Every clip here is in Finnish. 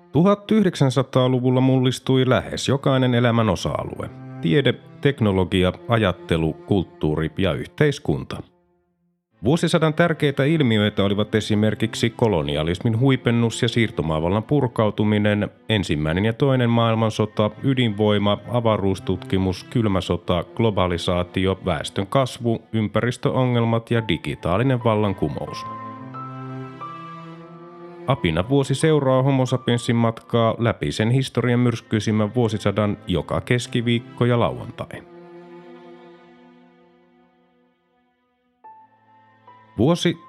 1900-luvulla mullistui lähes jokainen elämän osa-alue. Tiede, teknologia, ajattelu, kulttuuri ja yhteiskunta. Vuosisadan tärkeitä ilmiöitä olivat esimerkiksi kolonialismin huipennus ja siirtomaavallan purkautuminen, ensimmäinen ja toinen maailmansota, ydinvoima, avaruustutkimus, kylmä sota, globalisaatio, väestön kasvu, ympäristöongelmat ja digitaalinen vallankumous. Apina vuosi seuraa Homo sapiensin matkaa läpi sen historian myrskyisimmän vuosisadan joka keskiviikko ja lauantai. Vuosi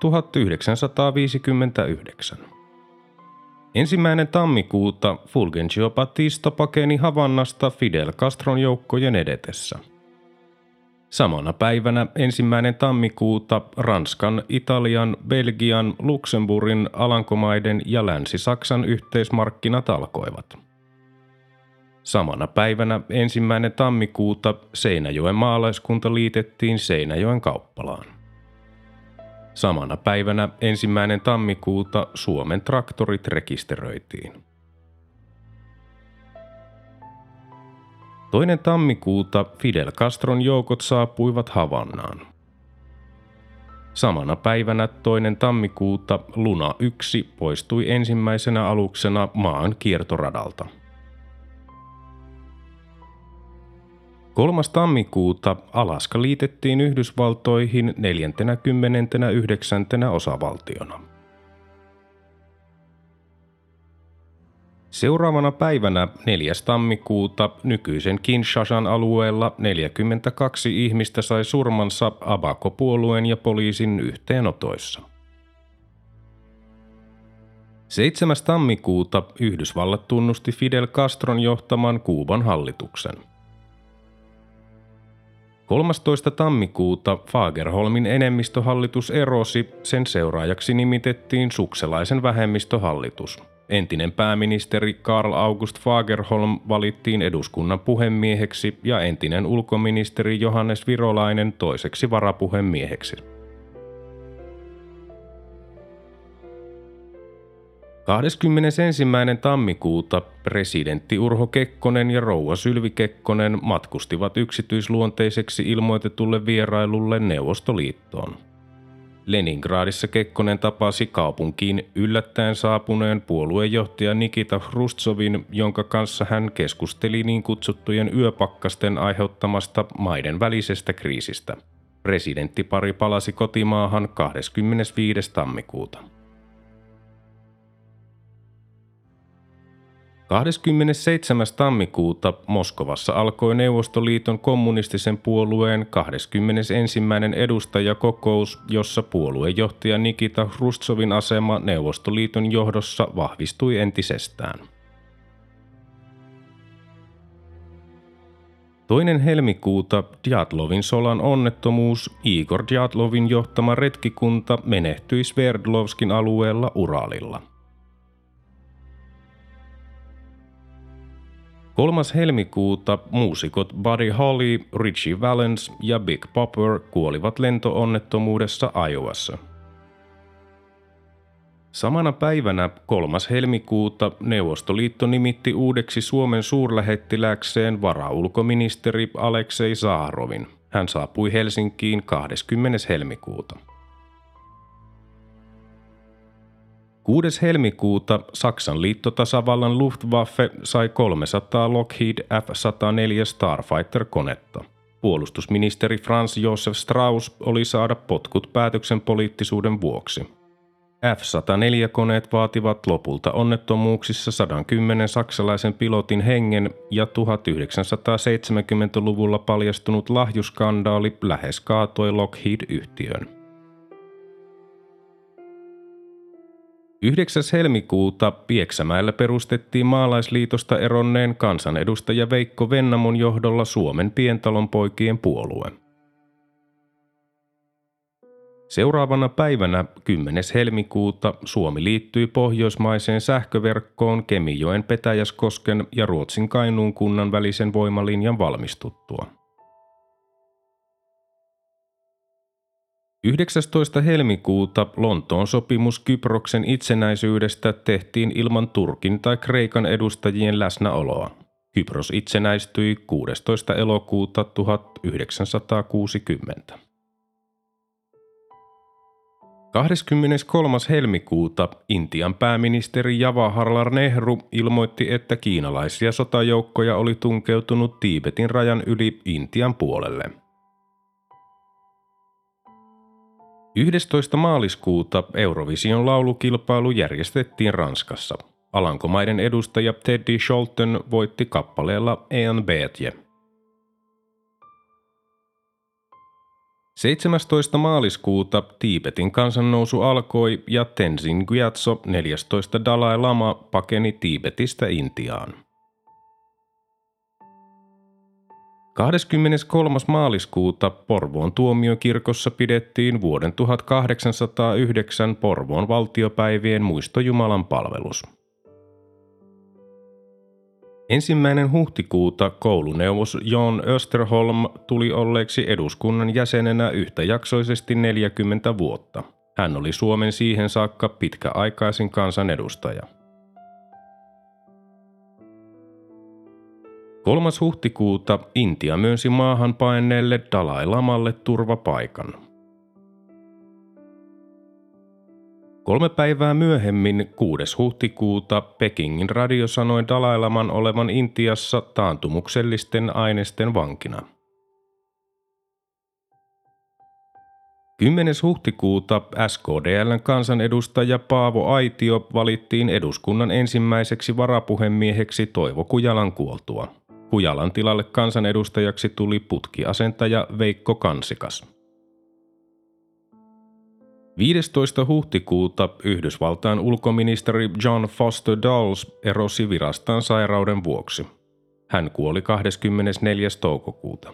1959. 1. tammikuuta Fulgencio Batista pakeni Havannasta Fidel Castron joukkojen edetessä. Samana päivänä 1. tammikuuta Ranskan, Italian, Belgian, Luxemburgin, Alankomaiden ja Länsi-Saksan yhteismarkkinat alkoivat. Samana päivänä 1. tammikuuta Seinäjoen maalaiskunta liitettiin Seinäjoen kauppalaan. Samana päivänä 1. tammikuuta Suomen traktorit rekisteröitiin. 2. tammikuuta Fidel Castron joukot saapuivat Havannaan. Samana päivänä 2. tammikuuta Luna 1 poistui ensimmäisenä aluksena maan kiertoradalta. 3. tammikuuta Alaska liitettiin Yhdysvaltoihin 49. osavaltiona. Seuraavana päivänä 4. tammikuuta nykyisen Kinshasan alueella 42 ihmistä sai surmansa Abaco-puolueen ja poliisin yhteenotoissa. 7. tammikuuta Yhdysvallat tunnusti Fidel Castron johtaman Kuuban hallituksen. 13. tammikuuta Fagerholmin enemmistöhallitus erosi, sen seuraajaksi nimitettiin sukselaisen vähemmistöhallitus. Entinen pääministeri Karl August Fagerholm valittiin eduskunnan puhemieheksi ja entinen ulkoministeri Johannes Virolainen toiseksi varapuhemieheksi. 21. tammikuuta presidentti Urho Kekkonen ja rouva Sylvi Kekkonen matkustivat yksityisluonteiseksi ilmoitetulle vierailulle Neuvostoliittoon. Leningradissa Kekkonen tapasi kaupunkiin yllättäen saapuneen puoluejohtaja Nikita Hrustsovin, jonka kanssa hän keskusteli niin kutsuttujen yöpakkasten aiheuttamasta maiden välisestä kriisistä. Presidenttipari palasi kotimaahan 25. tammikuuta. 27. tammikuuta Moskovassa alkoi Neuvostoliiton kommunistisen puolueen 21. edustajakokous, jossa puoluejohtaja Nikita Hrustsovin asema Neuvostoliiton johdossa vahvistui entisestään. 2. helmikuuta Djatlovin solan onnettomuus, Igor Djatlovin johtama retkikunta menehtyi Sverdlovskin alueella Uralilla. 3. helmikuuta muusikot Buddy Holly, Ritchie Valens ja Big Popper kuolivat lentoonnettomuudessa Iowassa. Samana päivänä 3. helmikuuta Neuvostoliitto nimitti uudeksi Suomen suurlähettilääkseen varaulkoministeri Aleksei Zaharovin. Hän saapui Helsinkiin 20. helmikuuta. 6. helmikuuta Saksan liittotasavallan Luftwaffe sai 300 Lockheed F-104 Starfighter-konetta. Puolustusministeri Franz Josef Strauß oli saada potkut päätöksen poliittisuuden vuoksi. F-104-koneet vaativat lopulta onnettomuuksissa 110 saksalaisen pilotin hengen ja 1970-luvulla paljastunut lahjuskandaali lähes kaatoi Lockheed-yhtiön. 9. helmikuuta Pieksämäellä perustettiin maalaisliitosta eronneen kansanedustaja Veikko Vennamon johdolla Suomen pientalonpoikien puolue. Seuraavana päivänä 10. helmikuuta Suomi liittyi pohjoismaiseen sähköverkkoon Kemijoen Petäjäskosken ja Ruotsin Kainuun kunnan välisen voimalinjan valmistuttua. 19. helmikuuta Lontoon sopimus Kyproksen itsenäisyydestä tehtiin ilman Turkin tai Kreikan edustajien läsnäoloa. Kypros itsenäistyi 16. elokuuta 1960. 23. helmikuuta Intian pääministeri Jawaharlal Nehru ilmoitti, että kiinalaisia sotajoukkoja oli tunkeutunut Tiibetin rajan yli Intian puolelle. 11. maaliskuuta Eurovision laulukilpailu järjestettiin Ranskassa. Alankomaiden edustaja Teddy Scholten voitti kappaleella En Betje. 17. maaliskuuta Tiibetin kansannousu alkoi ja Tenzin Gyatso 14. Dalai Lama pakeni Tiibetistä Intiaan. 23. maaliskuuta Porvoon tuomiokirkossa pidettiin vuoden 1809 Porvoon valtiopäivien muistojumalan palvelus. 1. huhtikuuta kouluneuvos Jan Österholm tuli olleeksi eduskunnan jäsenenä yhtäjaksoisesti 40 vuotta. Hän oli Suomen siihen saakka pitkäaikaisin kansanedustaja. 3. huhtikuuta Intia myönsi maahan paenneelle Dalai Lamalle turvapaikan. 3 päivää myöhemmin, 6. huhtikuuta, Pekingin radio sanoi Dalai Laman olevan Intiassa taantumuksellisten ainesten vankina. 10. huhtikuuta SKDL:n kansanedustaja Paavo Aitio valittiin eduskunnan ensimmäiseksi varapuhemieheksi Toivo Kujalan kuoltua. Kujalan tilalle kansanedustajaksi tuli putkiasentaja Veikko Kansikas. 15. huhtikuuta Yhdysvaltain ulkoministeri John Foster Dulles erosi virastaan sairauden vuoksi. Hän kuoli 24. toukokuuta.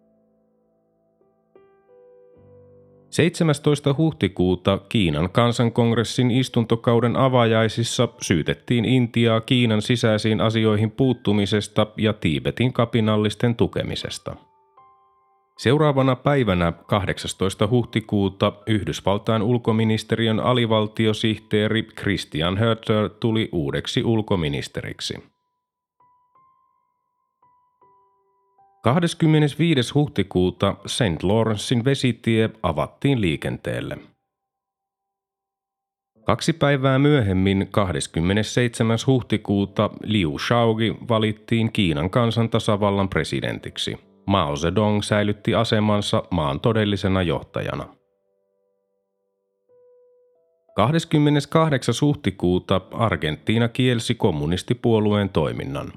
17. huhtikuuta Kiinan kansankongressin istuntokauden avajaisissa syytettiin Intiaa Kiinan sisäisiin asioihin puuttumisesta ja Tiibetin kapinallisten tukemisesta. Seuraavana päivänä 18. huhtikuuta Yhdysvaltain ulkoministeriön alivaltiosihteeri Christian Hurter tuli uudeksi ulkoministeriksi. 25. huhtikuuta St. Lawrencein vesitie avattiin liikenteelle. 2 päivää myöhemmin 27. huhtikuuta Liu Shaoqi valittiin Kiinan kansantasavallan presidentiksi. Mao Zedong säilytti asemansa maan todellisena johtajana. 28. huhtikuuta Argentiina kielsi kommunistipuolueen toiminnan.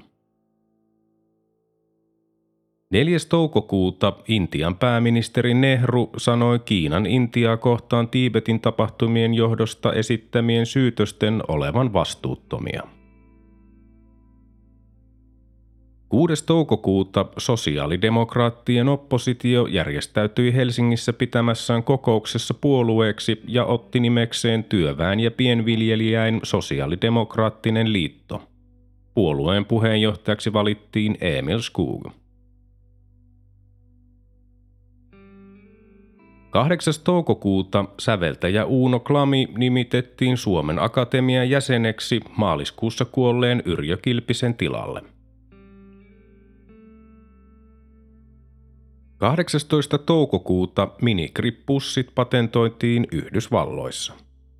4. toukokuuta Intian pääministeri Nehru sanoi Kiinan Intiaa kohtaan Tiibetin tapahtumien johdosta esittämien syytösten olevan vastuuttomia. 6. toukokuuta sosiaalidemokraattien oppositio järjestäytyi Helsingissä pitämässään kokouksessa puolueeksi ja otti nimekseen Työväen ja pienviljelijäin sosiaalidemokraattinen liitto. Puolueen puheenjohtajaksi valittiin Emil Skog. 8. toukokuuta säveltäjä Uuno Klami nimitettiin Suomen Akatemian jäseneksi maaliskuussa kuolleen Yrjö Kilpisen tilalle. 18. toukokuuta minigrip-pussit patentoitiin Yhdysvalloissa.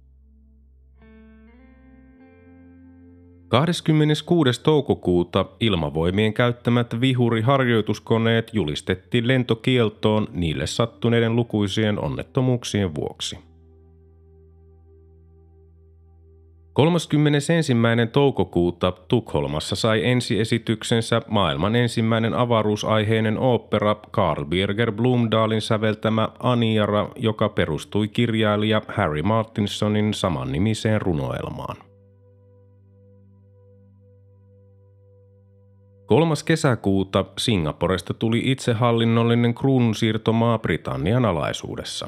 26. toukokuuta Ilmavoimien käyttämät vihuriharjoituskoneet julistettiin lentokieltoon niille sattuneiden lukuisien onnettomuuksien vuoksi. 31. toukokuuta Tukholmassa sai ensiesityksensä maailman ensimmäinen avaruusaiheinen ooppera Carl Birger Blomdalin säveltämä Aniara, joka perustui kirjailija Harry Martinsonin samannimiseen runoelmaan. 3. kesäkuuta Singaporesta tuli itsehallinnollinen kruununsiirtomaa Britannian alaisuudessa.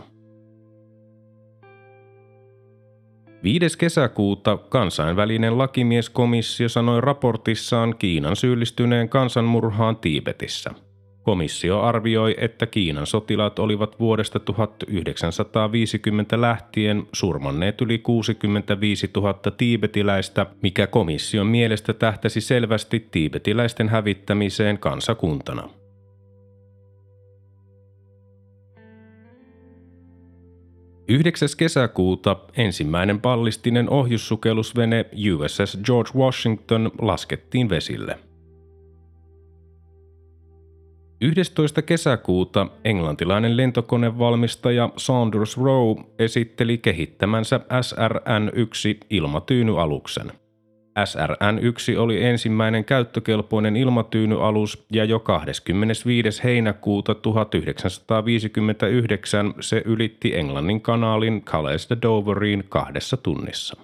5. kesäkuuta kansainvälinen lakimieskomissio sanoi raportissaan Kiinan syyllistyneen kansanmurhaan Tiibetissä. Komissio arvioi, että Kiinan sotilaat olivat vuodesta 1950 lähtien surmanneet yli 65 000 tiibetiläistä, mikä komission mielestä tähtäsi selvästi tiibetiläisten hävittämiseen kansakuntana. Kesäkuuta ensimmäinen ballistinen ohjussukellusvene USS George Washington laskettiin vesille. 11. kesäkuuta englantilainen lentokonevalmistaja Saunders Roe esitteli kehittämänsä SRN-1 ilmatyynyaluksen. SRN-1 oli ensimmäinen käyttökelpoinen ilmatyynyalus ja jo 25. heinäkuuta 1959 se ylitti Englannin kanaalin Calais de Doveriin 2 tunnissa.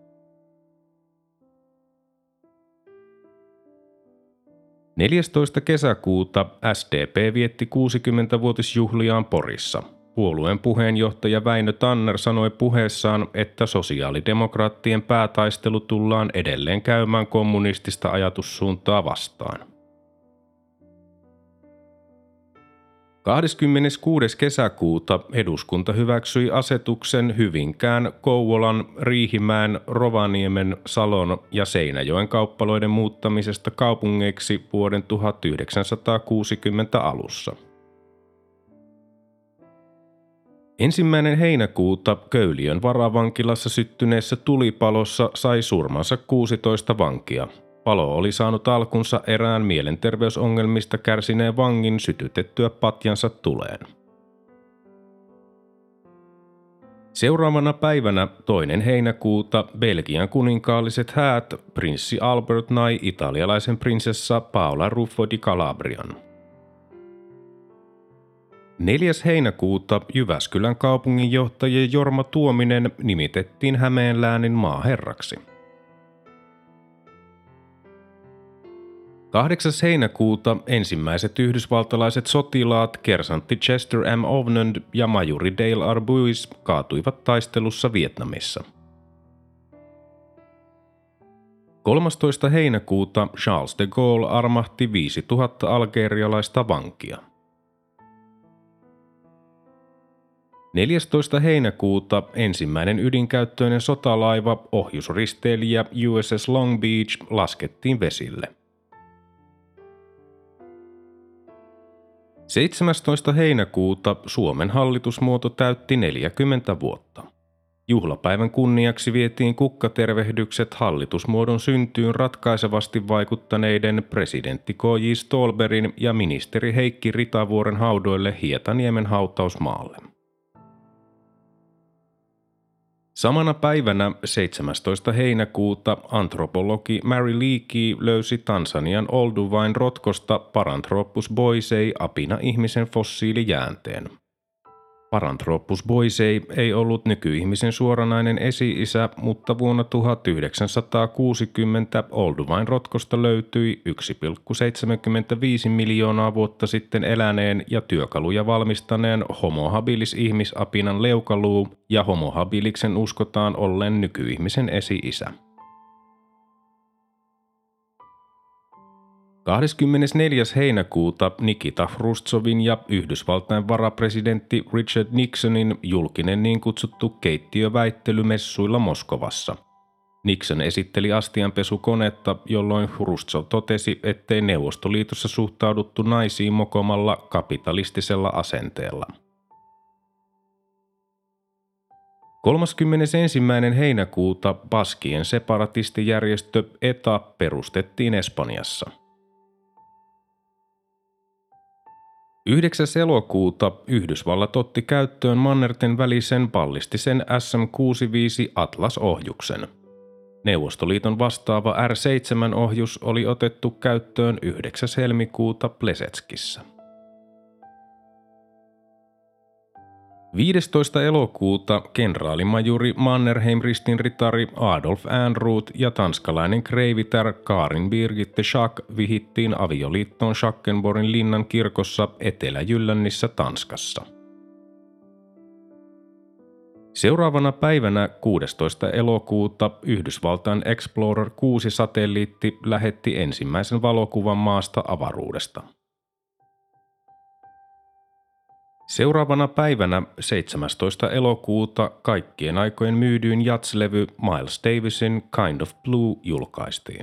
– 14. kesäkuuta SDP vietti 60-vuotisjuhliaan Porissa. Puolueen puheenjohtaja Väinö Tanner sanoi puheessaan, että sosiaalidemokraattien päätaistelu tullaan edelleen käymään kommunistista ajatussuuntaa vastaan. 26. kesäkuuta eduskunta hyväksyi asetuksen Hyvinkään, Kouvolan, Riihimäen, Rovaniemen, Salon ja Seinäjoen kauppaloiden muuttamisesta kaupungeiksi vuoden 1960 alussa. 1. heinäkuuta Köyliön varavankilassa syttyneessä tulipalossa sai surmansa 16 vankia. Palo oli saanut alkunsa erään mielenterveysongelmista kärsineen vangin sytytettyä patjansa tuleen. Seuraavana päivänä 2. heinäkuuta Belgian kuninkaalliset häät prinssi Albert nai italialaisen prinsessa Paola Ruffo di Calabrian. 4. heinäkuuta Jyväskylän kaupunginjohtaja Jorma Tuominen nimitettiin Hämeen läänin maaherraksi. 8. heinäkuuta ensimmäiset yhdysvaltalaiset sotilaat kersantti Chester M. Ovnund ja majuri Dale Arbuis kaatuivat taistelussa Vietnamissa. 13. heinäkuuta Charles de Gaulle armahti 5000 algerialaista vankia. 14. heinäkuuta ensimmäinen ydinkäyttöinen sotalaiva, ohjusristeilijä USS Long Beach, laskettiin vesille. 17. heinäkuuta Suomen hallitusmuoto täytti 40 vuotta. Juhlapäivän kunniaksi vietiin kukkatervehdykset hallitusmuodon syntyyn ratkaisevasti vaikuttaneiden presidentti K.J. Ståhlbergin ja ministeri Heikki Ritavuoren haudoille Hietaniemen hautausmaalle. Samana päivänä 17. heinäkuuta antropologi Mary Leakey löysi Tansanian Olduvain rotkosta Paranthropus boisei apina-ihmisen fossiilijäänteen. Paranthropus boisei ei ollut nykyihmisen suoranainen esi-isä, mutta vuonna 1960 Olduvain rotkosta löytyi 1,75 miljoonaa vuotta sitten eläneen ja työkaluja valmistaneen Homo habilis-ihmisapinan leukaluu, ja Homo habiliksen uskotaan olleen nykyihmisen esi-isä. 24. heinäkuuta Nikita Hrustsovin ja Yhdysvaltain varapresidentti Richard Nixonin julkinen niin kutsuttu keittiöväittely messuilla Moskovassa. Nixon esitteli astianpesukonetta, jolloin Hrustsov totesi, ettei Neuvostoliitossa suhtauduttu naisiin mokomalla kapitalistisella asenteella. 31. heinäkuuta Baskien separatistijärjestö ETA perustettiin Espanjassa. 9. elokuuta Yhdysvallat otti käyttöön mannerten välisen ballistisen SM-65 Atlas-ohjuksen. Neuvostoliiton vastaava R-7-ohjus oli otettu käyttöön 9. helmikuuta Plesetskissä. 15. elokuuta kenraalimajuri Mannerheim-ristin ritari Adolf Ehrnrooth ja tanskalainen kreivitär Karin Birgitte Schack vihittiin avioliittoon Schackenborgin linnan kirkossa Etelä-Jyllännissä Tanskassa. Seuraavana päivänä 16. elokuuta Yhdysvaltain Explorer-6-satelliitti lähetti ensimmäisen valokuvan maasta avaruudesta. Seuraavana päivänä 17. elokuuta kaikkien aikojen myydyin jatslevy Miles Davisin Kind of Blue julkaistiin.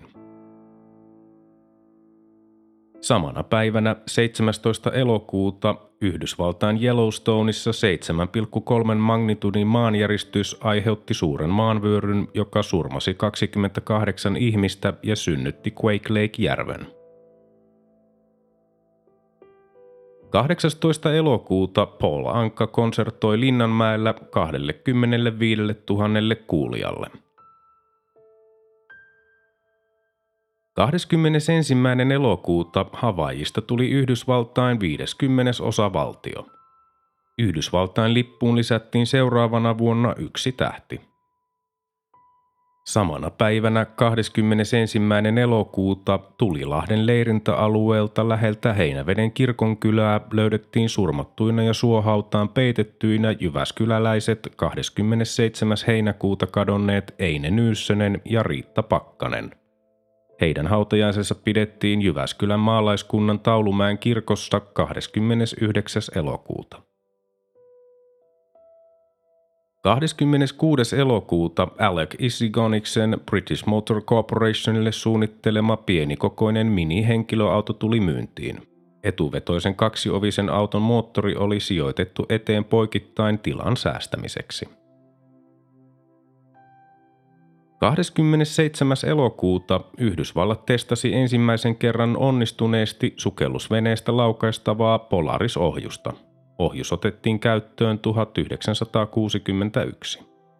Samana päivänä 17. elokuuta Yhdysvaltain Yellowstoneissa 7,3 magnitudin maanjäristys aiheutti suuren maanvyöryn, joka surmasi 28 ihmistä ja synnytti Quake Lake-järven. 18. elokuuta Paul Anka konsertoi Linnanmäellä 25 000 kuulijalle. 21. elokuuta Havaijista tuli Yhdysvaltain 50. osavaltio. Yhdysvaltain lippuun lisättiin seuraavana vuonna 1 tähti. Samana päivänä 21. elokuuta Tulilahden leirintäalueelta läheltä Heinäveden kirkonkylää löydettiin surmattuina ja suohautaan peitettyinä jyväskyläläiset 27. heinäkuuta kadonneet Eine Nyyssönen ja Riitta Pakkanen. Heidän hautajaisensa pidettiin Jyväskylän maalaiskunnan Taulumäen kirkossa 29. elokuuta. 26. elokuuta Alec Isigoniksen British Motor Corporationille suunnittelema pienikokoinen mini-henkilöauto tuli myyntiin. Etuvetoisen kaksiovisen auton moottori oli sijoitettu eteen poikittain tilan säästämiseksi. 27. elokuuta Yhdysvallat testasi ensimmäisen kerran onnistuneesti sukellusveneestä laukaistavaa Polaris-ohjusta. Ohjus otettiin käyttöön 1961.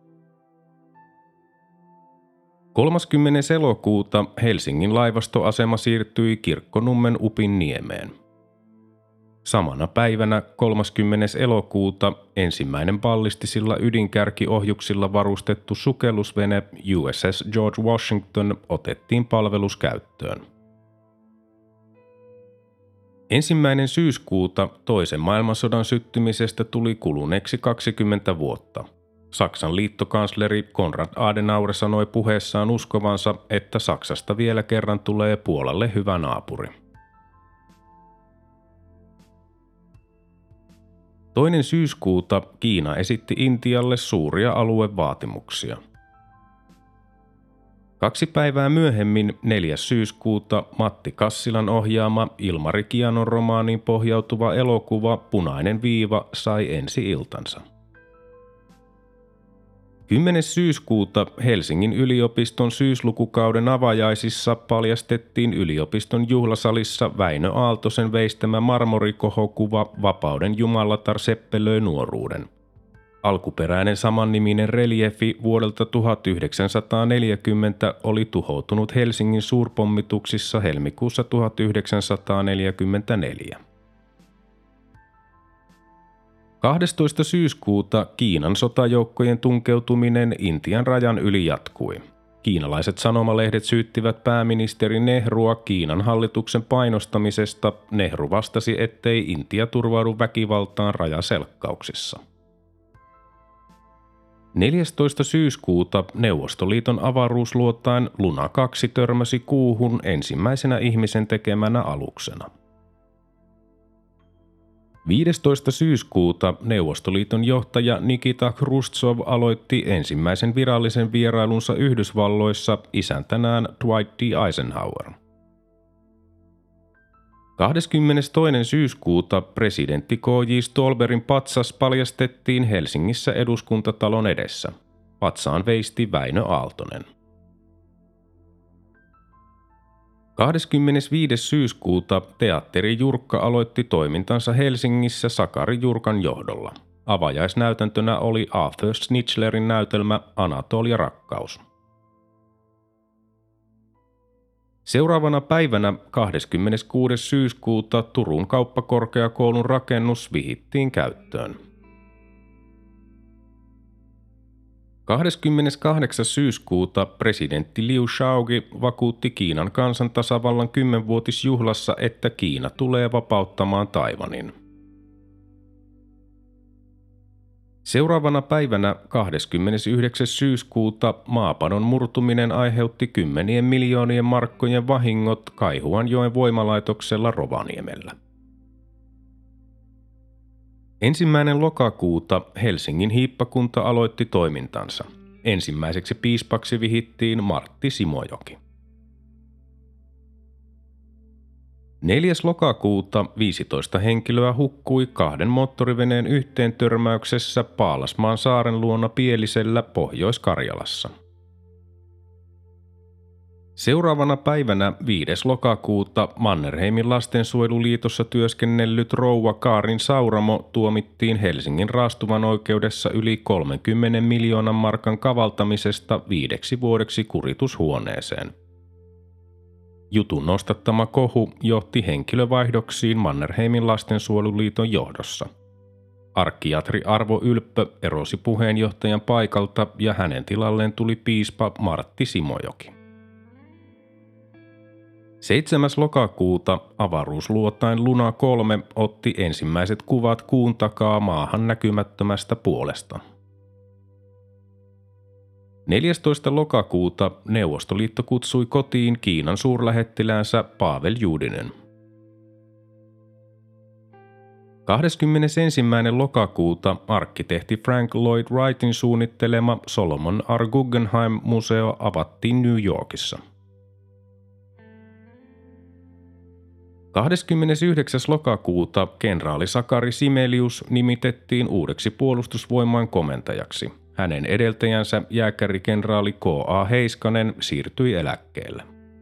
30. elokuuta Helsingin laivastoasema siirtyi Kirkkonummen Upinniemeen. Samana päivänä 30. elokuuta ensimmäinen ballistisilla ydinkärkiohjuksilla varustettu sukellusvene USS George Washington otettiin palveluskäyttöön. 1. syyskuuta toisen maailmansodan syttymisestä tuli kuluneeksi 20 vuotta. Saksan liittokansleri Konrad Adenauer sanoi puheessaan uskovansa, että Saksasta vielä kerran tulee Puolalle hyvä naapuri. 2. syyskuuta Kiina esitti Intialle suuria aluevaatimuksia. 2 päivää myöhemmin 4. syyskuuta Matti Kassilan ohjaama Ilmari Kianon romaaniin pohjautuva elokuva Punainen viiva sai ensi-iltansa. 10. syyskuuta Helsingin yliopiston syyslukukauden avajaisissa paljastettiin yliopiston juhlasalissa Väinö Aaltosen veistämä marmorikohokuva Vapauden jumalatar seppelöi nuoruuden. Alkuperäinen samanniminen reliefi vuodelta 1940 oli tuhoutunut Helsingin suurpommituksissa helmikuussa 1944. 12. syyskuuta Kiinan sotajoukkojen tunkeutuminen Intian rajan yli jatkui. Kiinalaiset sanomalehdet syyttivät pääministeri Nehrua Kiinan hallituksen painostamisesta. Nehru vastasi, ettei Intia turvaudu väkivaltaan rajaselkkauksissa. 14. syyskuuta Neuvostoliiton avaruusluotain Luna 2 törmäsi kuuhun ensimmäisenä ihmisen tekemänä aluksena. 15. syyskuuta Neuvostoliiton johtaja Nikita Hrustsov aloitti ensimmäisen virallisen vierailunsa Yhdysvalloissa isäntänään Dwight D. Eisenhower. 22. syyskuuta presidentti K.J. Stolberin patsas paljastettiin Helsingissä Eduskuntatalon edessä. Patsaan veisti Väinö Aaltonen. 25. syyskuuta Teatteri Jurkka aloitti toimintansa Helsingissä Sakari Jurkan johdolla. Avajaisnäytäntönä oli Arthur Schnitzlerin näytelmä Anatolia rakkaus. Seuraavana päivänä 26. syyskuuta Turun kauppakorkeakoulun rakennus vihittiin käyttöön. 28. syyskuuta presidentti Liu Shaoqi vakuutti Kiinan kansantasavallan 10-vuotisjuhlassa, että Kiina tulee vapauttamaan Taiwanin. Seuraavana päivänä 29. syyskuuta maapadon murtuminen aiheutti 10 miljoonien markkojen vahingot Kaihuanjoen voimalaitoksella Rovaniemellä. 1. lokakuuta Helsingin hiippakunta aloitti toimintansa. Ensimmäiseksi piispaksi vihittiin Martti Simojoki. 4. lokakuuta 15 henkilöä hukkui 2 moottoriveneen yhteentörmäyksessä Paalasmaan saaren luona Pielisellä Pohjois-Karjalassa. Seuraavana päivänä 5. lokakuuta Mannerheimin lastensuojeluliitossa työskennellyt rouva Kaarin Sauramo tuomittiin Helsingin raastuvanoikeudessa yli 30 miljoonan markan kavaltamisesta 5 vuodeksi kuritushuoneeseen. Jutun nostattama kohu johti henkilövaihdoksiin Mannerheimin lastensuojeluliiton johdossa. Arkkiatri Arvo Ylppö erosi puheenjohtajan paikalta ja hänen tilalleen tuli piispa Martti Simojoki. 7. lokakuuta avaruusluotain Luna 3 otti ensimmäiset kuvat kuun takaa maahan näkymättömästä puolesta. 14. lokakuuta Neuvostoliitto kutsui kotiin Kiinan suurlähettiläänsä Pavel Judinen. 21. lokakuuta arkkitehti Frank Lloyd Wrightin suunnittelema Solomon R. Guggenheim-museo avattiin New Yorkissa. 29. lokakuuta kenraali Sakari Sibelius nimitettiin uudeksi puolustusvoimain komentajaksi. Hänen edeltäjänsä jääkärikenraali K.A. Heiskanen siirtyi eläkkeelle.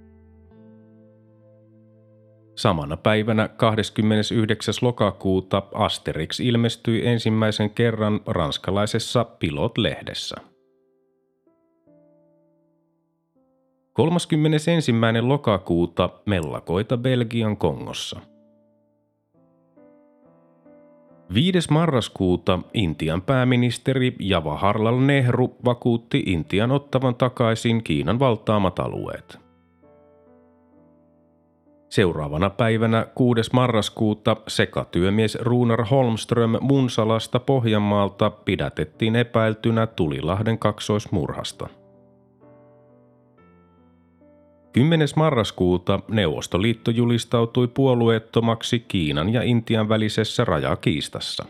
Samana päivänä 29. lokakuuta Asterix ilmestyi ensimmäisen kerran ranskalaisessa Pilot-lehdessä. 31. lokakuuta mellakoita Belgian Kongossa. 5. marraskuuta Intian pääministeri Jawaharlal Nehru vakuutti Intian ottavan takaisin Kiinan valtaamat alueet. Seuraavana päivänä 6. marraskuuta sekatyömies Runar Holmström Munsalasta Pohjanmaalta pidätettiin epäiltynä Tulilahden kaksoismurhasta. 10. marraskuuta Neuvostoliitto julistautui puolueettomaksi Kiinan ja Intian välisessä rajakiistassa.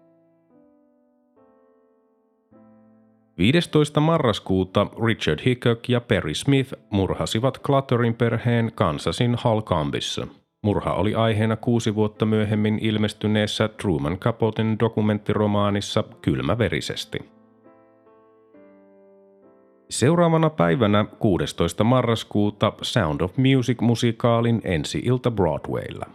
15. marraskuuta Richard Hickok ja Perry Smith murhasivat Clutterin perheen Kansasin Halcambissa. Murha oli aiheena 6 vuotta myöhemmin ilmestyneessä Truman Capoten dokumenttiromaanissa Kylmäverisesti. Seuraavana päivänä 16. marraskuuta Sound of Music-musikaalin ensi-ilta Broadwaylla.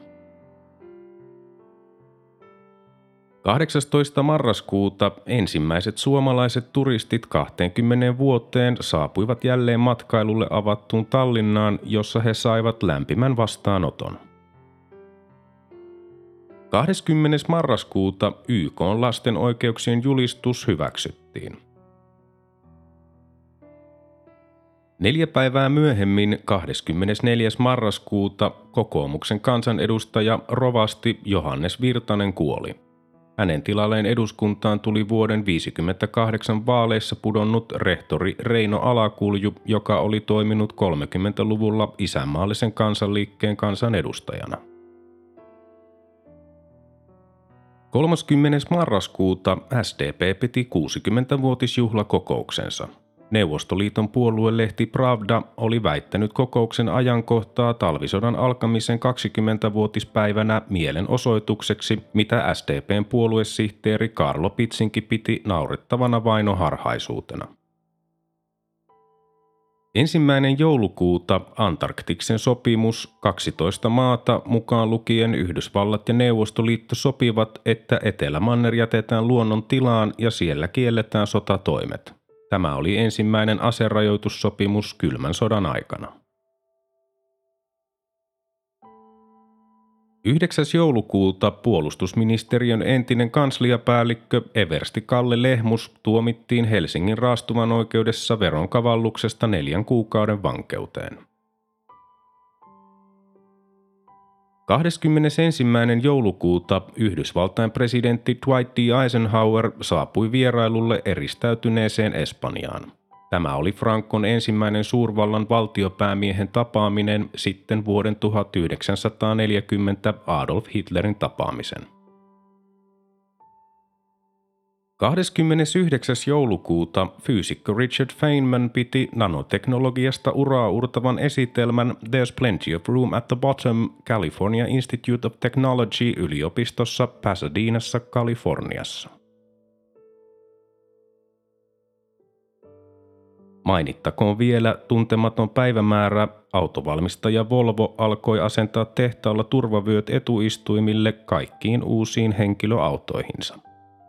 18. marraskuuta ensimmäiset suomalaiset turistit 20 vuoteen saapuivat jälleen matkailulle avattuun Tallinnaan, jossa he saivat lämpimän vastaanoton. 20. marraskuuta YK:n lasten oikeuksien julistus hyväksyttiin. 4 päivää myöhemmin 24. marraskuuta kokoomuksen kansanedustaja rovasti Johannes Virtanen kuoli. Hänen tilalleen eduskuntaan tuli vuoden 1958 vaaleissa pudonnut rehtori Reino Alakulju, joka oli toiminut 30-luvulla isänmaallisen kansanliikkeen kansanedustajana. 30. marraskuuta SDP piti 60-vuotisjuhlakokouksensa. Neuvostoliiton puoluelehti Pravda oli väittänyt kokouksen ajankohtaa talvisodan alkamisen 20-vuotispäivänä mielenosoitukseksi, mitä SDP:n puoluesihteeri Karlo Pitsinki piti naurettavana vainoharhaisuutena. 1. joulukuuta Antarktiksen sopimus 12 maata mukaan lukien Yhdysvallat ja Neuvostoliitto sopivat, että Etelämanner jätetään luonnon tilaan ja siellä kielletään sotatoimet. Tämä oli ensimmäinen aserajoitussopimus kylmän sodan aikana. 9. joulukuuta puolustusministeriön entinen kansliapäällikkö eversti Kalle Lehmus tuomittiin Helsingin raastuvanoikeudessa veronkavalluksesta 4 kuukauden vankeuteen. 21. joulukuuta Yhdysvaltain presidentti Dwight D. Eisenhower saapui vierailulle eristäytyneeseen Espanjaan. Tämä oli Francon ensimmäinen suurvallan valtiopäämiehen tapaaminen sitten vuoden 1940 Adolf Hitlerin tapaamisen. 29. joulukuuta fyysikko Richard Feynman piti nanoteknologiasta uraa uurtavan esitelmän There's Plenty of Room at the Bottom California Institute of Technology yliopistossa Pasadenassa, Kaliforniassa. Mainittakoon vielä tuntematon päivämäärä, autovalmistaja Volvo alkoi asentaa tehtaalla turvavyöt etuistuimille kaikkiin uusiin henkilöautoihinsa.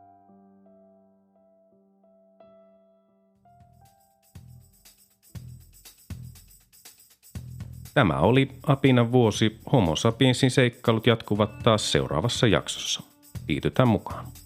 Tämä oli Apinan vuosi. Homo sapiensin seikkailut jatkuvat taas seuraavassa jaksossa. Liitytään mukaan.